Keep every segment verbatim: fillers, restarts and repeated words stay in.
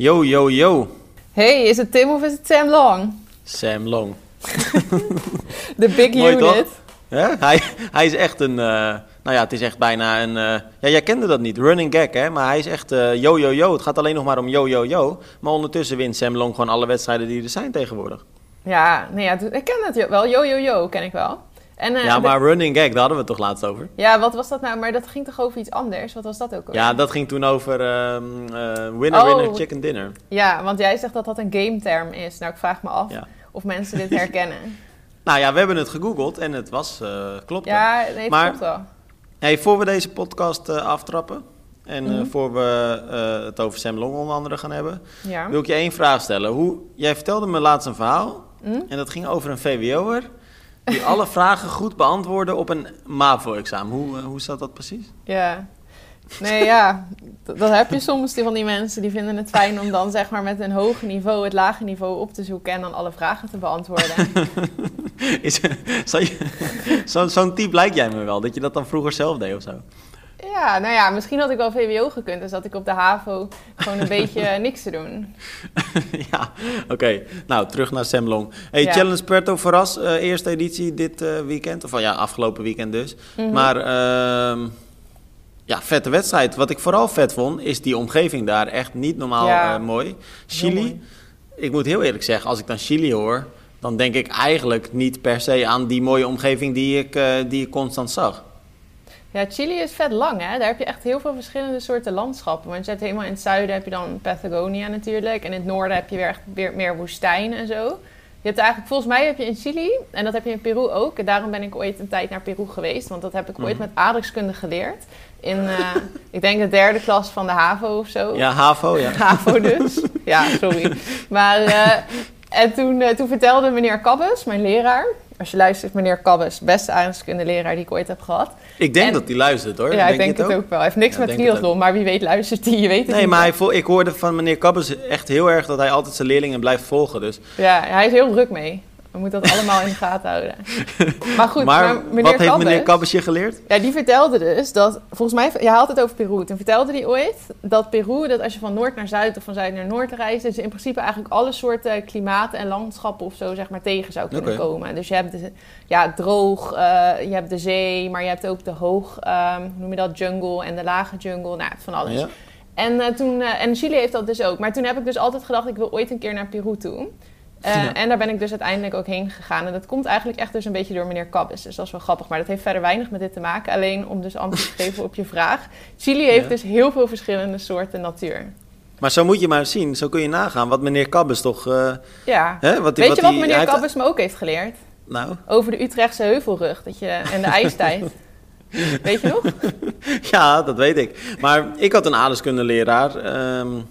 Yo, yo, yo. Hey, is het Tim of is het Sam Long? Sam Long. De big Mooi, unit. toch? Ja? Hij, hij is echt een... Uh, nou ja, het is echt bijna een... Uh, ja, jij kende dat niet. Running gag, hè? Maar hij is echt uh, yo, yo, yo. Het gaat alleen nog maar om yo, yo, yo. Maar ondertussen wint Sam Long gewoon alle wedstrijden die er zijn tegenwoordig. Ja, nee, ja, ik ken het wel. Yo, yo, yo ken ik wel. En, uh, ja, maar de... running gag, daar hadden we het toch laatst over? Ja, wat was dat nou? Maar dat ging toch over iets anders? Wat was dat ook over? Ja, dat ging toen over uh, uh, winner, oh. winner, chicken dinner. Ja, want jij zegt dat dat een gameterm is. Nou, ik vraag me af ja. of mensen dit herkennen. Nou ja, we hebben het gegoogeld en het was, uh, klopt. Ja, nee, het maar, klopt wel. Hey, voor we deze podcast uh, aftrappen en mm-hmm. uh, voor we uh, het over Sam Long onder andere gaan hebben, ja. wil ik je één vraag stellen. Hoe, jij vertelde me laatst een verhaal mm? en dat ging over een V W O'er die alle vragen goed beantwoordde op een MAVO-examen. Hoe, uh, hoe zat dat precies? Ja, nee ja, dat, dat heb je soms van die mensen die vinden het fijn om dan zeg maar met een hoger niveau het lage niveau op te zoeken en dan alle vragen te beantwoorden. Is, zo, zo, zo'n type lijkt jij me wel, dat je dat dan vroeger zelf deed of zo? Ja, nou ja, misschien had ik wel V W O gekund, dus had ik op de HAVO gewoon een beetje niks te doen. Ja, oké. Okay. Nou, terug naar Sam Long. Hey, ja. Challenge Puerto Varas, uh, eerste editie dit uh, weekend, of uh, ja, afgelopen weekend dus. Mm-hmm. Maar uh, ja, vette wedstrijd. Wat ik vooral vet vond, is die omgeving daar echt niet normaal ja. uh, mooi. Chili, mooi. Ik moet heel eerlijk zeggen, als ik dan Chili hoor, dan denk ik eigenlijk niet per se aan die mooie omgeving die ik, uh, die ik constant zag. Ja, Chili is vet lang, hè. Daar heb je echt heel veel verschillende soorten landschappen. Want je hebt helemaal in het zuiden heb je dan Patagonia natuurlijk. En in het noorden heb je weer echt weer meer woestijn en zo. Je hebt eigenlijk, volgens mij heb je in Chili, en dat heb je in Peru ook. En daarom ben ik ooit een tijd naar Peru geweest. Want dat heb ik ooit met aardrijkskunde geleerd. In, uh, ik denk de derde klas van de HAVO of zo. Ja, HAVO, ja. HAVO dus. Ja, sorry. Maar, uh, en toen, uh, toen vertelde meneer Kabbes, mijn leraar... Als je luistert, meneer Kabbes, beste aardrijkskunde leraar die ik ooit heb gehad. Ik denk en, dat hij luistert, hoor. Ja, denk ik denk het ook? ook wel. Hij heeft niks ja, met triathlon, maar wie weet luistert hij, je weet het nee, niet. Nee, maar hij vo- ik hoorde van meneer Kabbes echt heel erg dat hij altijd zijn leerlingen blijft volgen. Dus. Ja, hij is heel druk mee. We moeten dat allemaal in de gaten houden. Maar goed, maar, maar meneer wat heeft Kabbes, meneer Kabbes je geleerd? Ja, die vertelde dus dat, volgens mij, je had het over Peru. Toen vertelde hij ooit dat Peru, dat als je van noord naar zuid of van zuid naar noord reist, dus in principe eigenlijk alle soorten klimaten en landschappen of zo, zeg maar, tegen zou kunnen okay. komen. Dus je hebt de, ja, droog, uh, je hebt de zee, maar je hebt ook de hoog, um, hoe noem je dat, jungle en de lage jungle, nou, van alles. Ja. En, uh, toen, uh, en Chili heeft dat dus ook. Maar toen heb ik dus altijd gedacht, ik wil ooit een keer naar Peru toe. Uh, ja. En daar ben ik dus uiteindelijk ook heen gegaan. En dat komt eigenlijk echt dus een beetje door meneer Kabbes. Dus dat is wel grappig. Maar dat heeft verder weinig met dit te maken. Alleen om dus antwoord te geven op je vraag. Chili heeft ja. dus heel veel verschillende soorten natuur. Maar zo moet je maar zien. Zo kun je nagaan wat meneer Kabbes toch... Uh, ja. Hè, wat die, Weet wat je wat die, meneer heeft... Kabbes me ook heeft geleerd? Nou? Over de Utrechtse heuvelrug dat je, en de ijstijd. Weet je nog? Ja, dat weet ik. Maar ik had een aardrijkskundeleraar. Um,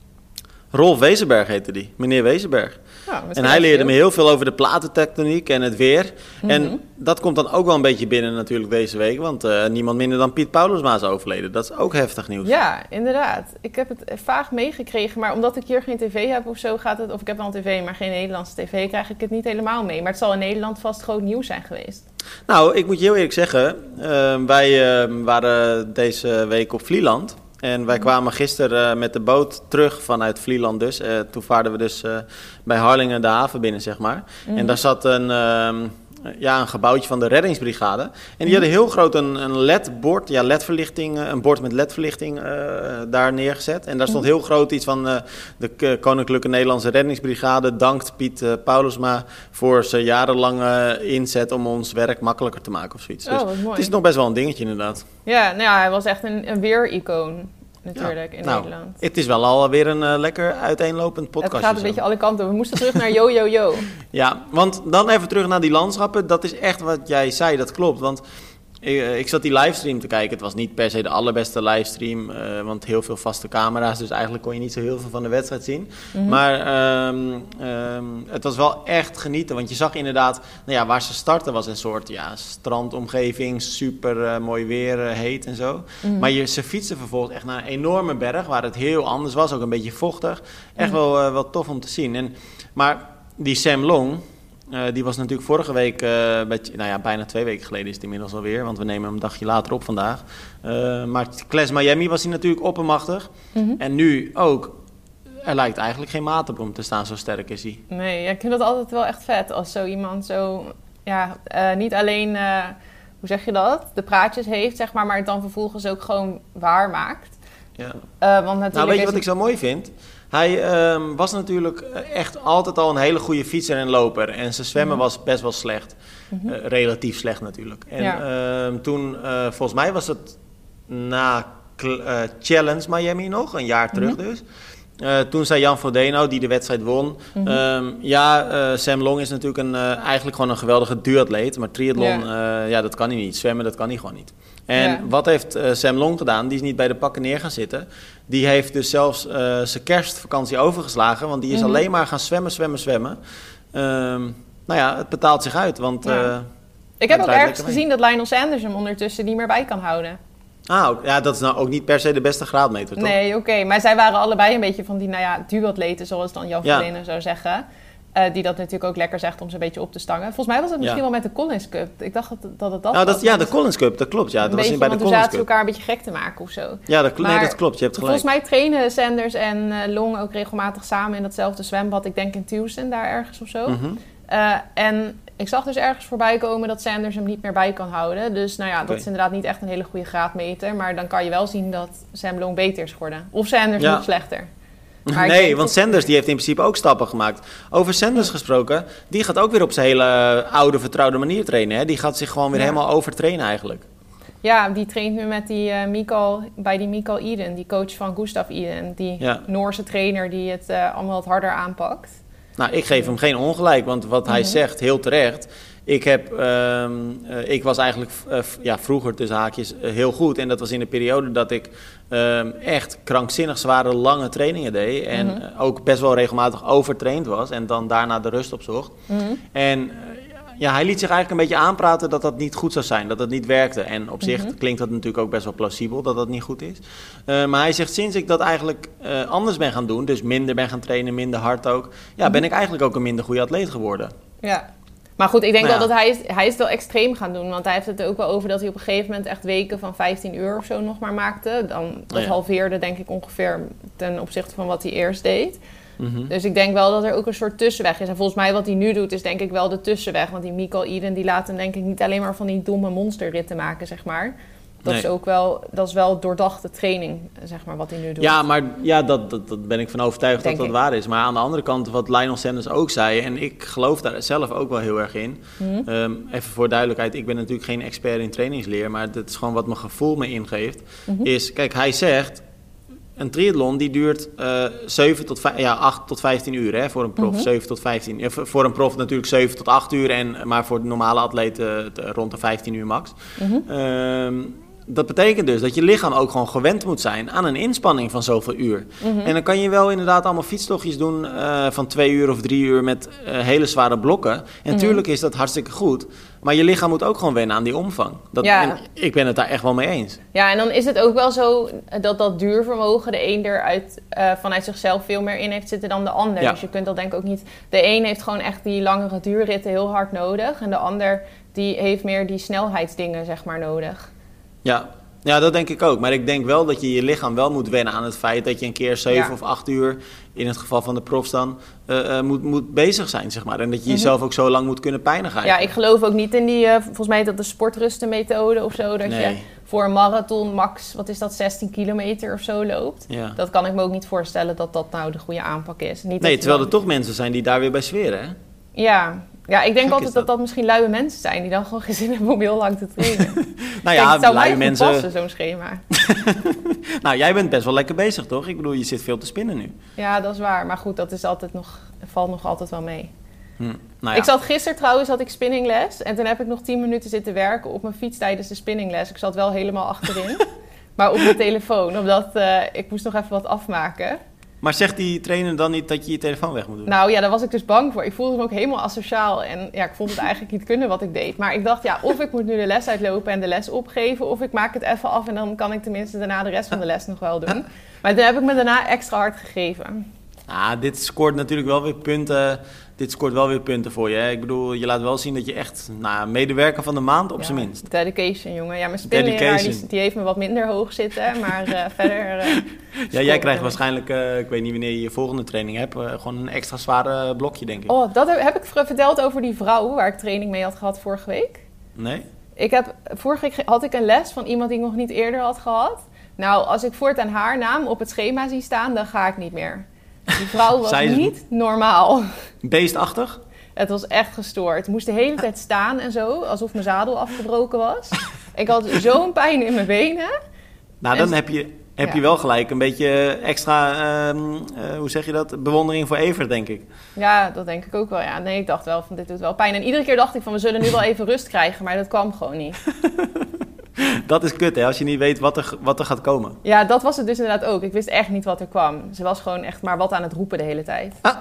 Rolf Wezenberg heette die. Meneer Wezenberg. Ja, en hij leerde me heel veel over de platentectoniek en het weer. Mm-hmm. En dat komt dan ook wel een beetje binnen natuurlijk deze week. Want uh, niemand minder dan Piet Paulusma is overleden. Dat is ook heftig nieuws. Ja, inderdaad. Ik heb het vaag meegekregen. Maar omdat ik hier geen tv heb of zo gaat het... Of ik heb wel een tv, maar geen Nederlandse tv... krijg ik het niet helemaal mee. Maar het zal in Nederland vast groot nieuws zijn geweest. Nou, ik moet je heel eerlijk zeggen. Uh, wij uh, waren deze week op Vlieland... En wij kwamen gisteren uh, met de boot terug vanuit Vlieland dus. Uh, toen vaarden we dus uh, bij Harlingen de haven binnen, zeg maar. Mm-hmm. En daar zat een, uh, ja, een gebouwtje van de reddingsbrigade. En die mm-hmm. hadden heel groot een, een L E D-bord, ja, L E D-verlichting, een bord met L E D-verlichting uh, daar neergezet. En daar stond mm-hmm. heel groot iets van uh, de Koninklijke Nederlandse Reddingsbrigade dankt Piet uh, Paulusma voor zijn jarenlange inzet om ons werk makkelijker te maken of zoiets. Oh, dus wat mooi. Het is nog best wel een dingetje inderdaad. Ja, nou ja, hij was echt een, een weericoon. Natuurlijk, ja, in nou, Nederland. Het is wel alweer een uh, lekker uiteenlopend podcastje. Het gaat een zo. beetje alle kanten. We moesten terug naar yo, yo, yo. Ja, want dan even terug naar die landschappen. Dat is echt wat jij zei, dat klopt. Want ik, ik zat die livestream te kijken. Het was niet per se de allerbeste livestream. Uh, want heel veel vaste camera's. Dus eigenlijk kon je niet zo heel veel van de wedstrijd zien. Mm-hmm. Maar um, um, het was wel echt genieten. Want je zag inderdaad, nou ja, waar ze starten was een soort ja, strandomgeving. Super uh, mooi weer, uh, heet en zo. Mm-hmm. Maar je, ze fietsen vervolgens echt naar een enorme berg. Waar het heel anders was. Ook een beetje vochtig. Echt mm-hmm. wel, uh, wel tof om te zien. En, maar die Sam Long... Uh, die was natuurlijk vorige week, uh, bij, nou ja, bijna twee weken geleden is het inmiddels alweer, want we nemen hem een dagje later op vandaag. Uh, maar Clash Miami was hij natuurlijk oppermachtig. Mm-hmm. En nu ook er lijkt eigenlijk geen maat op om te staan, zo sterk is hij. Nee, ik vind dat altijd wel echt vet als zo iemand zo, ja, uh, niet alleen, uh, hoe zeg je dat, de praatjes heeft, zeg maar, maar het dan vervolgens ook gewoon waar maakt. Ja. Uh, want natuurlijk nou, weet je wat het... ik zo mooi vind? Hij um, was natuurlijk echt altijd al een hele goede fietser en loper. En zijn zwemmen mm-hmm. was best wel slecht. Mm-hmm. Uh, relatief slecht natuurlijk. En ja. uh, toen, uh, volgens mij was het na uh, Challenge Miami nog, een jaar terug mm-hmm. dus. Uh, toen zei Jan Frodeno, die de wedstrijd won... Mm-hmm. Um, ja, uh, Sam Long is natuurlijk een, uh, eigenlijk gewoon een geweldige duatleet. Maar triathlon, ja. Uh, ja, dat kan hij niet. Zwemmen, dat kan hij gewoon niet. En ja. wat heeft uh, Sam Long gedaan? Die is niet bij de pakken neer gaan zitten. Die heeft dus zelfs uh, zijn kerstvakantie overgeslagen. Want die is mm-hmm. alleen maar gaan zwemmen, zwemmen, zwemmen. Um, nou ja, het betaalt zich uit. Want, ja. uh, Ik heb ook ergens gezien dat Lionel Sanders hem ondertussen niet meer bij kan houden. Ah, ja, dat is nou ook niet per se de beste graadmeter, toch? Nee, oké. Okay. Maar zij waren allebei een beetje van die, nou ja, duatleten, zoals dan Jan Frodeno ja. zou zeggen. Uh, die dat natuurlijk ook lekker zegt om ze een beetje op te stangen. Volgens mij was het misschien ja. wel met de Collins Cup. Ik dacht dat, dat het dat nou, was. Dat, ja, de Collins Cup, dat klopt. Ja, dat beetje, was bij de Collins Cup. Toen zaten ze elkaar een beetje gek te maken of zo. Ja, dat, nee, dat klopt. Je hebt gelijk. Volgens mij trainen Sanders en uh, Long ook regelmatig samen in datzelfde zwembad. Ik denk in Tucson, daar ergens of zo. Mm-hmm. Uh, en ik zag dus ergens voorbij komen dat Sanders hem niet meer bij kan houden. Dus nou ja, dat okay. is inderdaad niet echt een hele goede graadmeter. Maar dan kan je wel zien dat Sam Long beter is geworden. Of Sanders ja. nog slechter. Maar nee, want Sanders die heeft in principe ook stappen gemaakt. Over Sanders ja. gesproken, die gaat ook weer op zijn hele oude vertrouwde manier trainen. Hè? Die gaat zich gewoon weer ja. helemaal overtrainen eigenlijk. Ja, die traint nu met die uh, Mikael, bij die Mikael Iden, die coach van Gustav Iden. Die ja. Noorse trainer die het uh, allemaal wat harder aanpakt. Nou, ik geef hem geen ongelijk, want wat hij mm-hmm. zegt, heel terecht. Ik, heb, um, uh, ik was eigenlijk uh, ja, vroeger tussen haakjes uh, heel goed. En dat was in de periode dat ik um, echt krankzinnig zware lange trainingen deed. En mm-hmm. uh, ook best wel regelmatig overtraind was. En dan daarna de rust opzocht. Mm-hmm. En uh, ja, hij liet zich eigenlijk een beetje aanpraten dat dat niet goed zou zijn. Dat dat niet werkte. En op zich mm-hmm. klinkt dat natuurlijk ook best wel plausibel dat dat niet goed is. Uh, maar hij zegt, sinds ik dat eigenlijk uh, anders ben gaan doen. Dus minder ben gaan trainen, minder hard ook. Ja, mm-hmm. ben ik eigenlijk ook een minder goede atleet geworden. Ja. Maar goed, ik denk nou ja. wel dat hij is, hij is het wel extreem gaan doen. Want hij heeft het ook wel over dat hij op een gegeven moment echt weken van vijftien uur of zo nog maar maakte. Dan, dat oh ja. halveerde denk ik ongeveer ten opzichte van wat hij eerst deed. Mm-hmm. Dus ik denk wel dat er ook een soort tussenweg is. En volgens mij wat hij nu doet is denk ik wel de tussenweg. Want die Mikael Iden die laat hem denk ik niet alleen maar van die domme monsterritten maken, zeg maar. Dat, nee. is ook wel, dat is wel doordachte training, zeg maar, wat hij nu doet. Ja, maar ja, dat, dat, dat ben ik van overtuigd denk dat dat ik. waar is. Maar aan de andere kant, wat Lionel Sanders ook zei... en ik geloof daar zelf ook wel heel erg in. Mm-hmm. Um, even voor duidelijkheid, ik ben natuurlijk geen expert in trainingsleer... maar dat is gewoon wat mijn gevoel me ingeeft. Mm-hmm. Is, kijk, hij zegt... een triathlon die duurt uh, zeven tot vijf, ja, acht tot vijftien uur hè, voor een prof. Mm-hmm. zeven tot vijftien. Ja, voor een prof natuurlijk zeven tot acht uur... En, maar voor de normale atleten uh, rond de vijftien uur max. Mm-hmm. Um, Dat betekent dus dat je lichaam ook gewoon gewend moet zijn aan een inspanning van zoveel uur. Mm-hmm. En dan kan je wel inderdaad allemaal fietstochtjes doen uh, van twee uur of drie uur met uh, hele zware blokken. En mm-hmm. natuurlijk is dat hartstikke goed. Maar je lichaam moet ook gewoon wennen aan die omvang. Dat, ja. En ik ben het daar echt wel mee eens. Ja, en dan is het ook wel zo dat dat duurvermogen de een er uit, uh, vanuit zichzelf veel meer in heeft zitten dan de ander. Ja. Dus je kunt dat denk ik ook niet... De een heeft gewoon echt die langere duurritten heel hard nodig. En de ander die heeft meer die snelheidsdingen zeg maar nodig. Ja. ja, dat denk ik ook. Maar ik denk wel dat je je lichaam wel moet wennen aan het feit... dat je een keer zeven ja. of acht uur, in het geval van de profs dan... Uh, uh, moet, moet bezig zijn, zeg maar. En dat je mm-hmm. jezelf ook zo lang moet kunnen pijnigen. Ja, ik geloof ook niet in die... Uh, volgens mij is dat de sportrustenmethode of zo. Dat nee. je voor een marathon max, wat is dat, zestien kilometer of zo loopt. Ja. Dat kan ik me ook niet voorstellen dat dat nou de goede aanpak is. Niet nee, terwijl er toch mensen zijn die daar weer bij zweren, hè? Ja, ja, ik denk Gek altijd dat? dat dat misschien luie mensen zijn... die dan gewoon geen zin hebben om heel lang te trainen. nou ja, denk, het luie mensen... passen, zo'n schema. nou, jij bent best wel lekker bezig, toch? Ik bedoel, je zit veel te spinnen nu. Ja, dat is waar. Maar goed, dat is altijd nog, valt nog altijd wel mee. Hm, nou ja. Ik zat gisteren trouwens, had ik spinningles... en toen heb ik nog tien minuten zitten werken op mijn fiets tijdens de spinningles. Ik zat wel helemaal achterin, maar op mijn telefoon... omdat uh, ik moest nog even wat afmaken... Maar zegt die trainer dan niet dat je je telefoon weg moet doen? Nou ja, daar was ik dus bang voor. Ik voelde me ook helemaal asociaal. En ja, ik vond het eigenlijk niet kunnen wat ik deed. Maar ik dacht, ja, of ik moet nu de les uitlopen en de les opgeven... of ik maak het even af en dan kan ik tenminste daarna de rest van de les nog wel doen. Maar toen heb ik me daarna extra hard gegeven. Ah, dit scoort natuurlijk wel weer punten dit scoort wel weer punten voor je. Hè? Ik bedoel, je laat wel zien dat je echt nou, medewerker van de maand op ja, zijn minst. Dedication, jongen. Ja, mijn spinleraar die, die heeft me wat minder hoog zitten, maar uh, verder... Uh, ja, jij krijgt waarschijnlijk, uh, ik weet niet wanneer je je volgende training hebt, uh, gewoon een extra zware blokje, denk ik. Oh, dat heb, heb ik verteld over die vrouw waar ik training mee had gehad vorige week? Nee. Ik heb, vorige week had ik een les van iemand die ik nog niet eerder had gehad. Nou, als ik voortaan haar naam op het schema zie staan, dan ga ik niet meer. Die vrouw was niet normaal. Beestachtig? Het was echt gestoord. Ik moest de hele tijd staan en zo, alsof mijn zadel afgebroken was. Ik had zo'n pijn in mijn benen. Nou, dan en, heb, je, heb ja. je wel gelijk een beetje extra, uh, uh, hoe zeg je dat, bewondering voor Evert, denk ik. Ja, dat denk ik ook wel. Ja. Nee, ik dacht wel van dit doet wel pijn. En iedere keer dacht ik van we zullen nu wel even rust krijgen, maar dat kwam gewoon niet. Dat is kut, hè, als je niet weet wat er, wat er gaat komen. Ja, dat was het dus inderdaad ook. Ik wist echt niet wat er kwam. Ze was gewoon echt maar wat aan het roepen de hele tijd. Ah.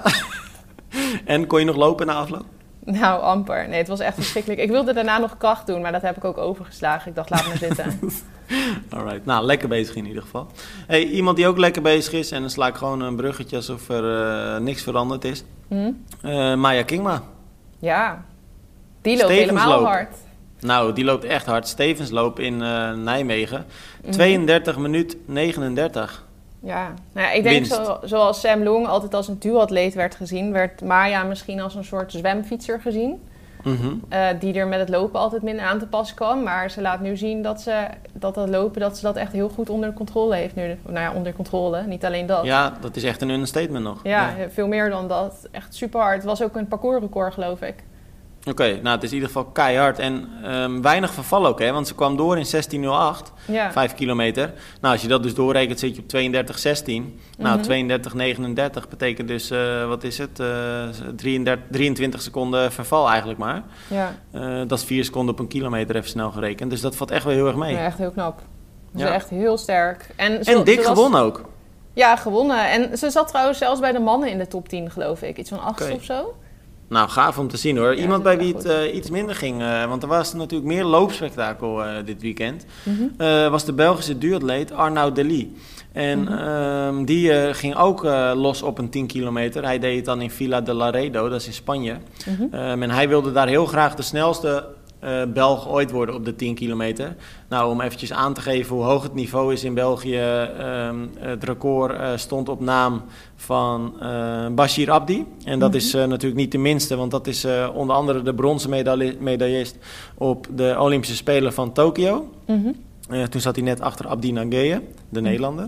En kon je nog lopen na afloop? Nou, amper. Nee, het was echt verschrikkelijk. Ik wilde daarna nog kracht doen, maar dat heb ik ook overgeslagen. Ik dacht, laat me zitten. Alright, nou, lekker bezig in ieder geval. Hey, iemand die ook lekker bezig is, en dan sla ik gewoon een bruggetje alsof er uh, niks veranderd is. Hmm? Uh, Maya Kingma. Ja, die loopt helemaal hard. Nou, die loopt echt hard. Stevensloop in uh, Nijmegen. Mm-hmm. tweeëndertig minuut negenendertig. Ja, nou ja, ik denk zo, zoals Sam Long altijd als een duatleet werd gezien, werd Maya misschien als een soort zwemfietser gezien. Mm-hmm. Uh, die er met het lopen altijd minder aan te pas kwam. Maar ze laat nu zien dat ze dat, dat lopen, dat ze dat echt heel goed onder controle heeft nu. Nou ja, onder controle, niet alleen dat. Ja, dat is echt een understatement nog. Ja, ja. Veel meer dan dat. Echt super hard. Het was ook een parcoursrecord, geloof ik. Oké, okay, nou het is in ieder geval keihard en um, weinig verval ook, hè? Want ze kwam door in zestien nul acht, ja. vijf kilometer. Nou, als je dat dus doorrekent, zit je op tweeëndertig zestien. Mm-hmm. Nou, tweeëndertig negenendertig betekent dus, uh, wat is het, uh, drieëndertig, drieëntwintig seconden verval eigenlijk maar. Ja. Uh, dat is vier seconden op een kilometer, even snel gerekend. Dus dat valt echt wel heel erg mee. Ja, echt heel knap. Ze ja. is echt heel sterk. En, zo, en dik was... gewonnen ook. Ja, gewonnen. En ze zat trouwens zelfs bij de mannen in de top tien, geloof ik. Iets van acht okay. of zo. Nou, gaaf om te zien hoor. Ja, iemand bij wie het uh, iets minder ging, uh, want er was natuurlijk meer loopspektakel uh, dit weekend, mm-hmm. uh, was de Belgische duatleet Arnaud Delis. En mm-hmm. uh, die uh, ging ook uh, los op een tien kilometer. Hij deed het dan in Villa de Laredo, dat is in Spanje. Mm-hmm. Um, en hij wilde daar heel graag de snelste uh, Belg ooit worden op de tien kilometer. Nou, om eventjes aan te geven hoe hoog het niveau is in België. Um, het record uh, stond op naam van uh, Bashir Abdi. En dat mm-hmm. is uh, natuurlijk niet de minste, want dat is uh, onder andere de bronzen medaille- medaillist op de Olympische Spelen van Tokio. Mm-hmm. Uh, toen zat hij net achter Abdi Nageye, de mm-hmm. Nederlander.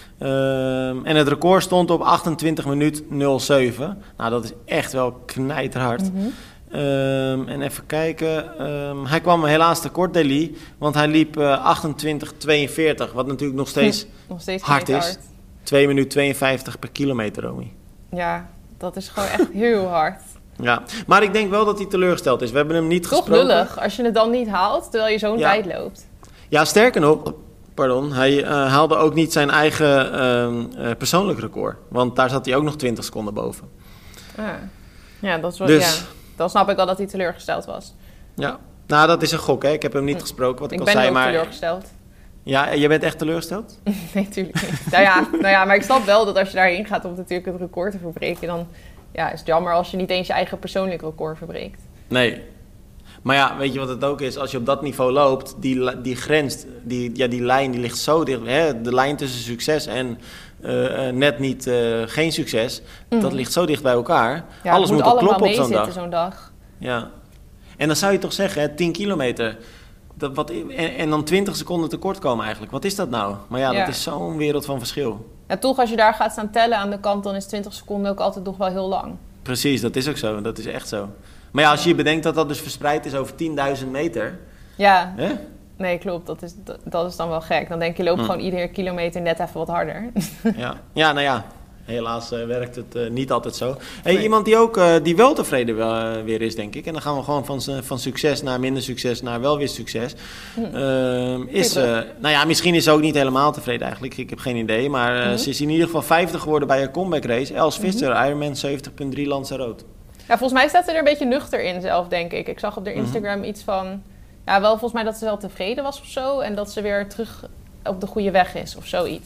Um, en het record stond op achtentwintig minuut nul zeven. Nou, dat is echt wel knijterhard. Mm-hmm. Um, en even kijken. Um, hij kwam helaas tekort, Delis, want hij liep uh, achtentwintig tweeënveertig, wat natuurlijk nog steeds, hm, nog steeds hard is. Hard. twee minuten tweeënvijftig per kilometer, Romy. Ja, dat is gewoon echt heel hard. Ja, maar ik denk wel dat hij teleurgesteld is. We hebben hem niet Toch gesproken. Toch lullig, als je het dan niet haalt, terwijl je zo'n ja. tijd loopt. Ja, sterker nog, pardon, hij uh, haalde ook niet zijn eigen uh, uh, persoonlijk record. Want daar zat hij ook nog twintig seconden boven. Ah. Ja, dat is wel... Dus, ja. Dan snap ik wel dat hij teleurgesteld was. Ja, nou dat is een gok, hè. Ik heb hem niet gesproken, wat ik, ik al zei. Ik ben ook maar... teleurgesteld. Ja, en jij bent echt teleurgesteld? Nee, natuurlijk niet. nou, ja, nou ja, maar ik snap wel dat als je daarheen gaat om natuurlijk het record te verbreken, dan ja, is het jammer als je niet eens je eigen persoonlijk record verbreekt. Nee. Maar ja, weet je wat het ook is? Als je op dat niveau loopt, die, die grens, die, ja, die lijn die ligt zo dicht. Hè? De lijn tussen succes en uh, net niet uh, geen succes, mm. dat ligt zo dicht bij elkaar. Ja, alles moet, moet ook kloppen op zo'n dag. zo'n dag. Ja. En dan zou je toch zeggen, hè, tien kilometer. Dat wat, en, en dan twintig seconden tekort komen eigenlijk. Wat is dat nou? Maar ja, ja, dat is zo'n wereld van verschil. Ja, toch als je daar gaat staan tellen aan de kant, dan is twintig seconden ook altijd nog wel heel lang. Precies, dat is ook zo. Dat is echt zo. Maar ja, als je bedenkt dat dat dus verspreid is over tienduizend meter. Ja, hè? Nee, klopt. Dat is, dat, dat is dan wel gek. Dan denk je, loop hm. gewoon iedere kilometer net even wat harder. Ja, ja nou ja. Helaas uh, werkt het uh, niet altijd zo. Hey, nee. Iemand die ook uh, die wel tevreden uh, weer is, denk ik. En dan gaan we gewoon van, van succes naar minder succes naar wel weer succes. Hm. Uh, is, uh, nou ja, misschien is ze ook niet helemaal tevreden eigenlijk. Ik heb geen idee. Maar uh, hm. ze is in ieder geval vijftig geworden bij een comeback race. Els Visser, hm. Ironman zeventig punt drie Lanzarote. Ja, volgens mij staat ze er een beetje nuchter in zelf, denk ik. Ik zag op haar Instagram hm. iets van... Ja, wel volgens mij dat ze wel tevreden was of zo. En dat ze weer terug op de goede weg is of zoiets.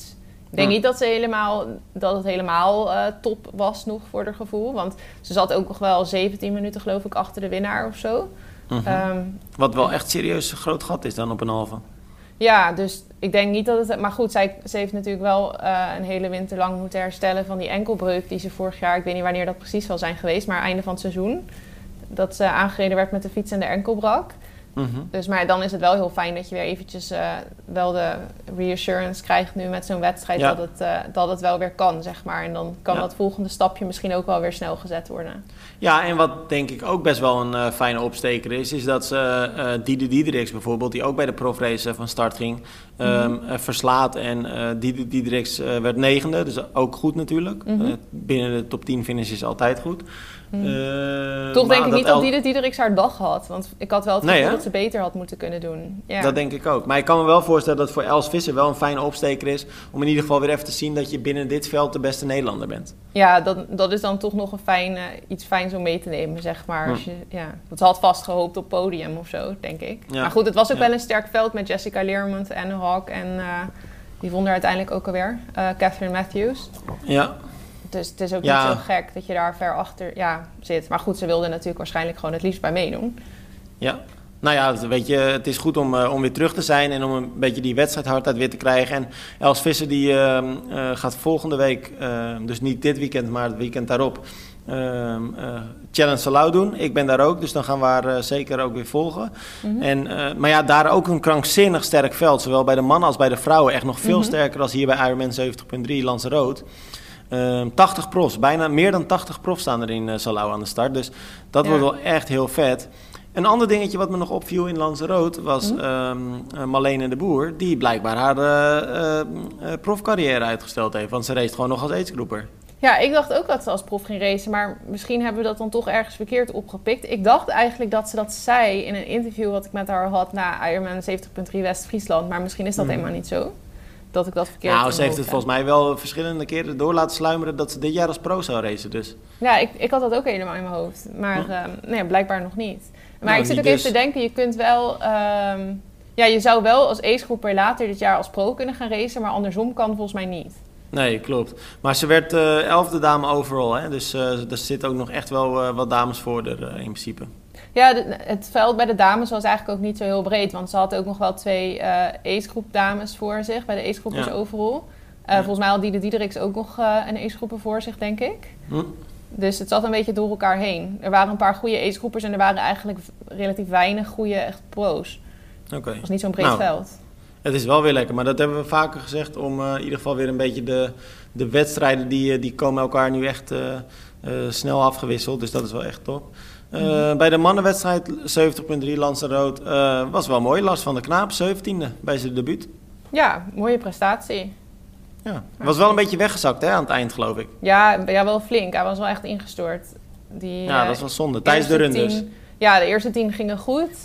Ik denk Ja. niet dat, ze helemaal, dat het helemaal uh, top was nog voor haar gevoel. Want ze zat ook nog wel zeventien minuten geloof ik achter de winnaar of zo. Uh-huh. Um, Wat wel echt serieus een groot gat is dan op een halve. Ja, dus ik denk niet dat het... Maar goed, zij, ze heeft natuurlijk wel uh, een hele winter lang moeten herstellen van die enkelbreuk die ze vorig jaar... Ik weet niet wanneer dat precies zal zijn geweest, maar einde van het seizoen. Dat ze aangereden werd met de fiets en de enkel brak. Mm-hmm. Dus, maar dan is het wel heel fijn dat je weer eventjes uh, wel de reassurance krijgt nu met zo'n wedstrijd... Ja. Dat, het, uh, dat het wel weer kan, zeg maar. En dan kan Ja. dat volgende stapje misschien ook wel weer snel gezet worden. Ja, en wat denk ik ook best wel een uh, fijne opsteker is... is dat ze uh, Diede Diedericks bijvoorbeeld... die ook bij de profrace van start ging... Mm-hmm. um, uh, verslaat. En uh, Diede Diedericks uh, werd negende, dus ook goed natuurlijk. Mm-hmm. Uh, binnen de top tien finish is altijd goed. Hmm. Uh, Toch denk ik niet El... dat Diede Diedericks haar dag had. Want ik had wel het gevoel nee, dat ze beter had moeten kunnen doen. Ja. Dat denk ik ook. Maar ik kan me wel voorstellen dat het voor Els Visser wel een fijne opsteker is... om in ieder geval weer even te zien dat je binnen dit veld de beste Nederlander bent. Ja, dat, dat is dan toch nog een fijn, uh, iets fijns om mee te nemen, zeg maar. Ja. Als je, ja. Want ze had vast gehoopt op podium of zo, denk ik. Ja. Maar goed, het was ook ja. wel een sterk veld met Jessica Learmonth en Hawk. En uh, die won er uiteindelijk ook alweer. Uh, Catherine Matthews. Ja. Dus het is ook ja. niet zo gek dat je daar ver achter ja, zit. Maar goed, ze wilde natuurlijk waarschijnlijk gewoon het liefst bij meedoen. Ja. Nou ja, weet je, het is goed om, uh, om weer terug te zijn en om een beetje die wedstrijdhardheid weer te krijgen. En Els Visser die uh, uh, gaat volgende week, uh, dus niet dit weekend, maar het weekend daarop, uh, uh, Challenge Salau doen. Ik ben daar ook, dus dan gaan we haar uh, zeker ook weer volgen. Mm-hmm. En, uh, maar ja, daar ook een krankzinnig sterk veld, zowel bij de mannen als bij de vrouwen. Echt nog veel mm-hmm. sterker als hier bij Ironman zeventig punt drie Lanzarote. Uh, tachtig profs, bijna meer dan tachtig profs staan er in uh, Salau aan de start. Dus dat ja. wordt wel echt heel vet. Een ander dingetje wat me nog opviel in Lanzarote was mm. um, uh, Marlene de Boer... die blijkbaar haar uh, uh, profcarrière uitgesteld heeft. Want ze race gewoon nog als agegroeper. Ja, ik dacht ook dat ze als prof ging racen... maar misschien hebben we dat dan toch ergens verkeerd opgepikt. Ik dacht eigenlijk dat ze dat zei in een interview... wat ik met haar had na Ironman zeventig punt drie West-Friesland. Maar misschien is dat mm. helemaal niet zo. Dat ik dat verkeerd Nou, ze heeft het volgens mij wel verschillende keren door laten sluimeren... dat ze dit jaar als pro zou racen, dus. Ja, ik, ik had dat ook helemaal in mijn hoofd. Maar hm. uh, nee, blijkbaar nog niet. Maar nou, ik zit ook dus. even te denken, je kunt wel... Um, ja, je zou wel als agegroeper later dit jaar als pro kunnen gaan racen... maar andersom kan volgens mij niet. Nee, klopt. Maar ze werd uh, elfde dame overall, hè? Dus uh, er zitten ook nog echt wel uh, wat dames voor er uh, in principe. Ja, de, het veld bij de dames was eigenlijk ook niet zo heel breed. Want ze had ook nog wel twee uh, agegroep dames voor zich, bij de agegroepers ja. overall. Uh, ja. Volgens mij had Diede Diedericks ook nog uh, een agegroeper voor zich, denk ik. Hm. Dus het zat een beetje door elkaar heen. Er waren een paar goede agegroepers en er waren eigenlijk relatief weinig goede echt pro's. Oké. Okay. Het was niet zo'n breed nou, veld. Het is wel weer lekker, maar dat hebben we vaker gezegd... om uh, in ieder geval weer een beetje de, de wedstrijden... die, die komen elkaar nu echt uh, uh, snel afgewisseld. Dus dat is wel echt top. Uh, mm-hmm. Bij de mannenwedstrijd zeventig punt drie Lanzarote uh, was wel mooi. Lars van der Knaap, zeventiende bij zijn debuut. Ja, mooie prestatie. Ja, was wel een beetje weggezakt hè, aan het eind, geloof ik. Ja, ja, wel flink. Hij was wel echt ingestort. Die, ja, uh, dat was zonde. Tijdens de run dus. Ja, de eerste tien gingen goed.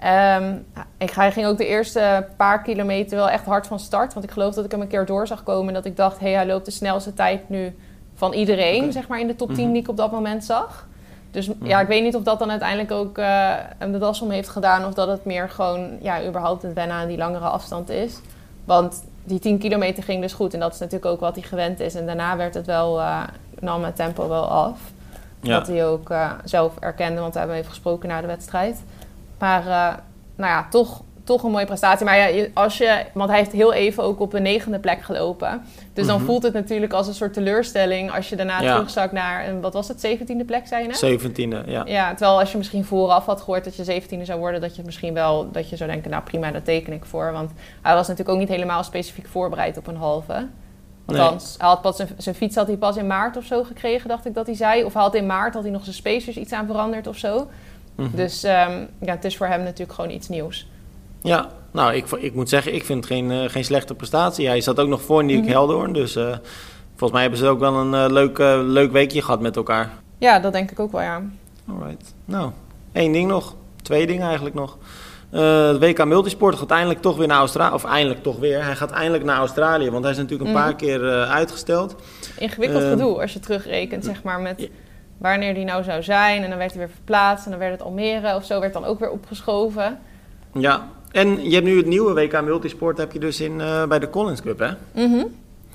Um, ik, hij ging ook de eerste paar kilometer wel echt hard van start. Want ik geloof dat ik hem een keer door zag komen. En dat ik dacht, hé, hey, hij loopt de snelste tijd nu van iedereen. Okay. Zeg maar in de top tien mm-hmm. die ik op dat moment zag. Dus mm-hmm. ja, ik weet niet of dat dan uiteindelijk ook uh, de das om heeft gedaan. Of dat het meer gewoon, ja, überhaupt het wennen aan die langere afstand is. Want die tien kilometer ging dus goed. En dat is natuurlijk ook wat hij gewend is. En daarna werd het wel, uh, nam het tempo wel af. Ja. Dat hij ook uh, zelf erkende, want we hebben even gesproken na de wedstrijd. Maar uh, nou ja, toch, toch een mooie prestatie. Maar ja, als je, want hij heeft heel even ook op een negende plek gelopen. Dus dan mm-hmm. voelt het natuurlijk als een soort teleurstelling... als je daarna ja. terugzakt naar, een, wat was het, zeventiende plek, zei je net? zeventiende, ja. Ja, terwijl als je misschien vooraf had gehoord dat je zeventiende zou worden... dat je misschien wel, dat je zou denken, nou prima, daar teken ik voor. Want hij was natuurlijk ook niet helemaal specifiek voorbereid op een halve. Althans, nee. hij had pas zijn, zijn fiets had hij pas in maart of zo gekregen, dacht ik dat hij zei. Of hij had in maart had hij nog zijn spacers iets aan veranderd of zo. Mm-hmm. Dus um, ja, het is voor hem natuurlijk gewoon iets nieuws. Ja, nou, ik, ik moet zeggen, ik vind het geen, uh, geen slechte prestatie. Hij zat ook nog voor Niek mm-hmm. Heldoorn, dus uh, volgens mij hebben ze ook wel een uh, leuk, uh, leuk weekje gehad met elkaar. Ja, dat denk ik ook wel, ja. Alright. Nou, één ding nog. Twee dingen eigenlijk nog. Uh, het W K Multisport gaat eindelijk toch weer naar Australië. Of eindelijk toch weer. Hij gaat eindelijk naar Australië, want hij is natuurlijk een mm. paar keer uh, uitgesteld. Ingewikkeld uh, gedoe als je terugrekent, zeg maar, met... Ja. Wanneer die nou zou zijn. En dan werd hij weer verplaatst. En dan werd het Almere of zo. Werd dan ook weer opgeschoven. Ja. En je hebt nu het nieuwe W K Multisport. Heb je dus in, uh, bij de Collins Cup, hè? Mm-hmm.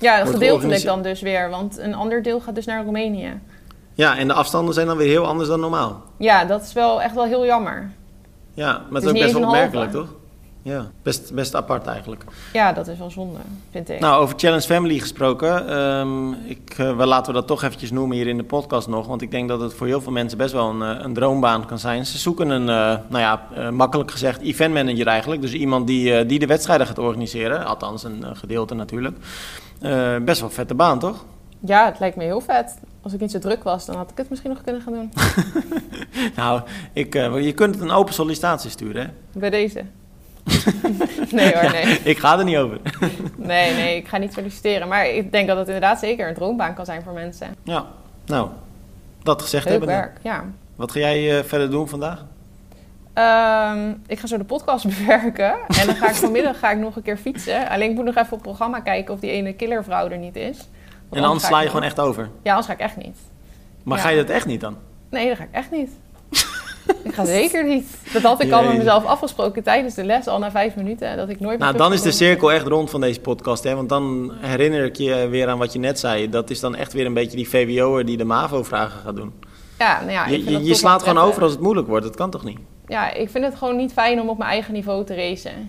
Ja, gedeeltelijk dan dus weer, want een ander deel gaat dus naar Roemenië. Ja, en de afstanden zijn dan weer heel anders dan normaal. Ja, dat is wel echt wel heel jammer. Ja, maar het is ook best wel opmerkelijk, toch? Ja, best, best apart eigenlijk. Ja, dat is wel zonde, vind ik. Nou, over Challenge Family gesproken. Um, ik, uh, we laten we dat toch eventjes noemen hier in de podcast nog. Want ik denk dat het voor heel veel mensen best wel een, een droombaan kan zijn. Ze zoeken een, uh, nou ja, uh, makkelijk gezegd, eventmanager eigenlijk. Dus iemand die, uh, die de wedstrijden gaat organiseren. Althans, een uh, gedeelte natuurlijk. Uh, best wel een vette baan, toch? Ja, het lijkt me heel vet. Als ik niet zo druk was, dan had ik het misschien nog kunnen gaan doen. Nou, ik, uh, je kunt het een open sollicitatie sturen, hè? Bij deze. Nee hoor, nee. Ja, ik ga er niet over. Nee, nee, ik ga niet solliciteren. Maar ik denk dat het inderdaad zeker een droombaan kan zijn voor mensen. Ja, nou, dat gezegd Leuk hebben. werk, ja. Wat ga jij uh, verder doen vandaag? Um, ik ga zo de podcast bewerken. En dan ga ik vanmiddag ga ik nog een keer fietsen. Alleen ik moet nog even op het programma kijken of die ene killervrouw er niet is. Want en anders sla je nog... gewoon echt over? Ja, anders ga ik echt niet. Maar ja. Ga je dat echt niet dan? Nee, dat ga ik echt niet. Ik ga zeker niet. Dat had ik al met mezelf afgesproken tijdens de les, al na vijf minuten. Dat ik nooit meer nou, dan is de cirkel echt rond van deze podcast. Hè? Want dan herinner ik je weer aan wat je net zei. Dat is dan echt weer een beetje die V W O'er die de MAVO-vragen gaat doen. Ja, nou ja, je je, je slaat gewoon over als het moeilijk wordt. Dat kan toch niet? Ja, ik vind het gewoon niet fijn om op mijn eigen niveau te racen.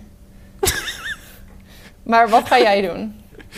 Maar wat ga jij doen?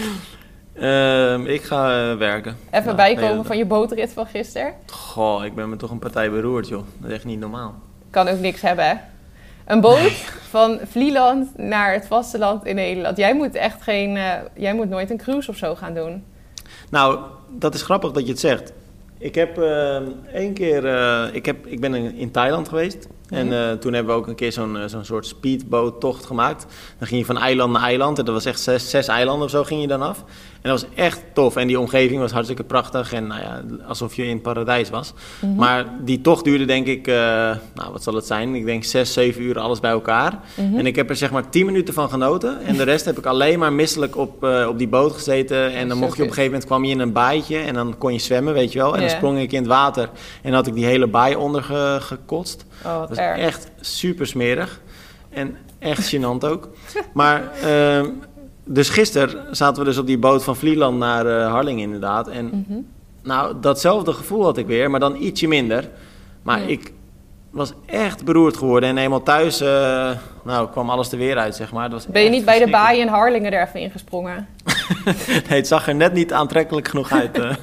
Uh, ik ga uh, werken. Even ja, bijkomen nee, van je bootrit van gisteren. Goh, ik ben me toch een partij beroerd, joh. Dat is echt niet normaal. Kan ook niks hebben, hè? Een boot nee. van Vlieland naar het vasteland in Nederland. Jij moet echt geen... Uh, jij moet nooit een cruise of zo gaan doen. Nou, dat is grappig dat je het zegt. Ik heb uh, één keer... Uh, ik, heb, ik ben in, in Thailand geweest. En uh, toen hebben we ook een keer zo'n, uh, zo'n soort speedboottocht gemaakt. Dan ging je van eiland naar eiland. En dat was echt zes, zes eilanden of zo ging je dan af. En dat was echt tof. En die omgeving was hartstikke prachtig. En nou ja, alsof je in het paradijs was. Mm-hmm. Maar die tocht duurde denk ik... Uh, nou, wat zal het zijn? Ik denk zes, zeven uur alles bij elkaar. Mm-hmm. En ik heb er zeg maar tien minuten van genoten. En de rest heb ik alleen maar misselijk op, uh, op die boot gezeten. En dan mocht je op een gegeven moment... kwam je in een baaitje. En dan kon je zwemmen, weet je wel. En yeah. dan sprong ik in het water. En dan had ik die hele baai onder ge, gekotst. Oh, dat was echt super smerig. En echt gênant ook. Maar... Uh, Dus gisteren zaten we dus op die boot van Vlieland naar uh, Harlingen inderdaad. En mm-hmm. nou, datzelfde gevoel had ik weer, maar dan ietsje minder. Maar ja. ik was echt beroerd geworden. En eenmaal thuis, uh, nou, kwam alles er weer uit, zeg maar. Dat was ben je niet bij de baai in Harlingen er even ingesprongen? Nee, het zag er net niet aantrekkelijk genoeg uit. Uh.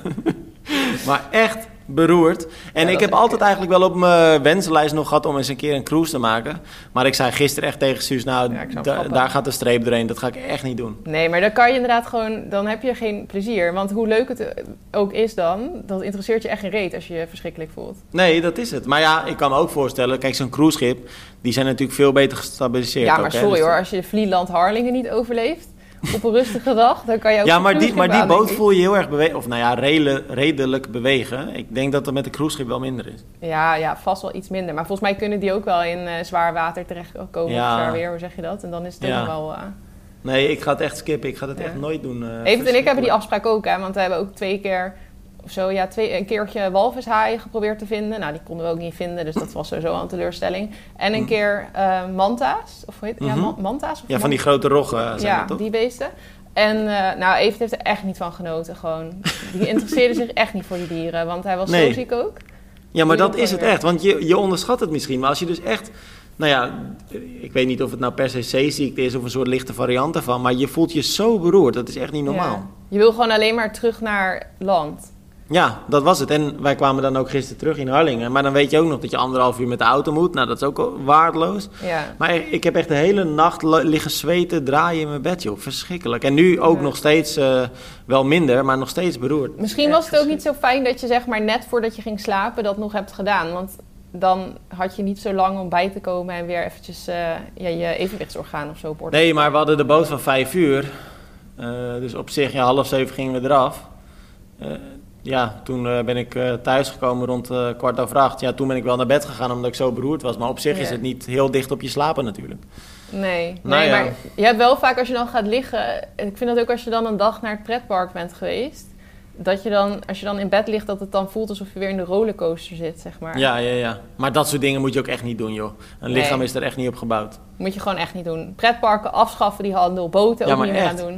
Maar echt beroerd. En ja, ik heb altijd eigenlijk wel op mijn wensenlijst nog gehad om eens een keer een cruise te maken. Maar ik zei gisteren echt tegen Suus, nou, ja, da- daar gaat de streep doorheen. Dat ga ik echt niet doen. Nee, maar dan kan je inderdaad gewoon, dan heb je geen plezier. Want hoe leuk het ook is dan, dat interesseert je echt geen reet als je je verschrikkelijk voelt. Nee, dat is het. Maar ja, ik kan me ook voorstellen, kijk, zo'n cruiseschip, die zijn natuurlijk veel beter gestabiliseerd. Ja, maar ook, sorry hè? Dus hoor, als je Vlieland Harlingen niet overleeft op een rustige dag, dan kan je ook... Ja, maar die, maar die boot voel je heel erg bewegen. Of nou ja, redelijk, redelijk bewegen. Ik denk dat dat met de cruiseschip wel minder is. Ja, ja, vast wel iets minder. Maar volgens mij kunnen die ook wel in uh, zwaar water terechtkomen. Ja. Of zwaar weer, hoe zeg je dat? En dan is het ja. wel... Uh... Nee, ik ga het echt skippen. Ik ga het ja. echt nooit doen. Uh, Evert en ik hebben die afspraak ook, hè. Want we hebben ook twee keer... Of zo, ja, twee, een keertje walvishaaien geprobeerd te vinden. Nou, die konden we ook niet vinden, dus dat was sowieso al een teleurstelling. En een mm. keer uh, manta's, of hoe heet het? Mm-hmm. Ja, manta's? Of ja, van die grote roggen zijn ja, dat toch? die beesten. En uh, nou, Evert heeft er echt niet van genoten, gewoon. Die interesseerde zich echt niet voor die dieren, want hij was nee. zo ziek ook. Ja, maar dat is het weer. echt, want je, je onderschat het misschien. Maar als je dus echt... Nou ja, ik weet niet of het nou per se zeeziekte is of een soort lichte variant ervan, maar je voelt je zo beroerd, dat is echt niet normaal. Ja. Je wil gewoon alleen maar terug naar land. Ja, dat was het. En wij kwamen dan ook gisteren terug in Harlingen. Maar dan weet je ook nog dat je anderhalf uur met de auto moet. Nou, dat is ook waardeloos. Ja. Maar ik heb echt de hele nacht liggen zweten, draaien in mijn bed, joh. Verschrikkelijk. En nu ook ja. nog steeds uh, wel minder, maar nog steeds beroerd. Misschien was het ook niet zo fijn dat je zeg maar net voordat je ging slapen dat nog hebt gedaan. Want dan had je niet zo lang om bij te komen en weer eventjes uh, ja, je evenwichtsorgaan of zo op orde. Nee, maar we hadden de boot van vijf uur. Uh, dus op zich, ja, half zeven gingen we eraf. Uh, Ja, toen uh, ben ik uh, thuisgekomen rond uh, kwart over acht. Ja, toen ben ik wel naar bed gegaan omdat ik zo beroerd was. Maar op zich ja. is het niet heel dicht op je slapen natuurlijk. Nee, nou, nee ja. maar je hebt wel vaak als je dan gaat liggen... Ik vind dat ook als je dan een dag naar het pretpark bent geweest... dat je dan, als je dan in bed ligt, dat het dan voelt alsof je weer in de rollercoaster zit, zeg maar. Ja, ja, ja. Maar dat soort dingen moet je ook echt niet doen, joh. Een lichaam nee. is er echt niet op gebouwd. Moet je gewoon echt niet doen. Pretparken afschaffen die handel, boten ja, ook niet meer gaan doen.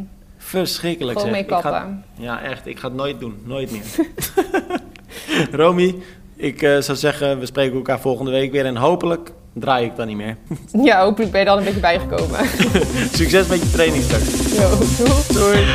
Verschrikkelijk Gewoon zeg. mee kappen. Ik ga, ja, echt. Ik ga het nooit doen. Nooit meer. Romy, ik uh, zou zeggen, we spreken elkaar volgende week weer. En hopelijk draai ik dan niet meer. Ja, hopelijk ben je dan een beetje bijgekomen. Succes met je training straks. Jo, doei. Doei.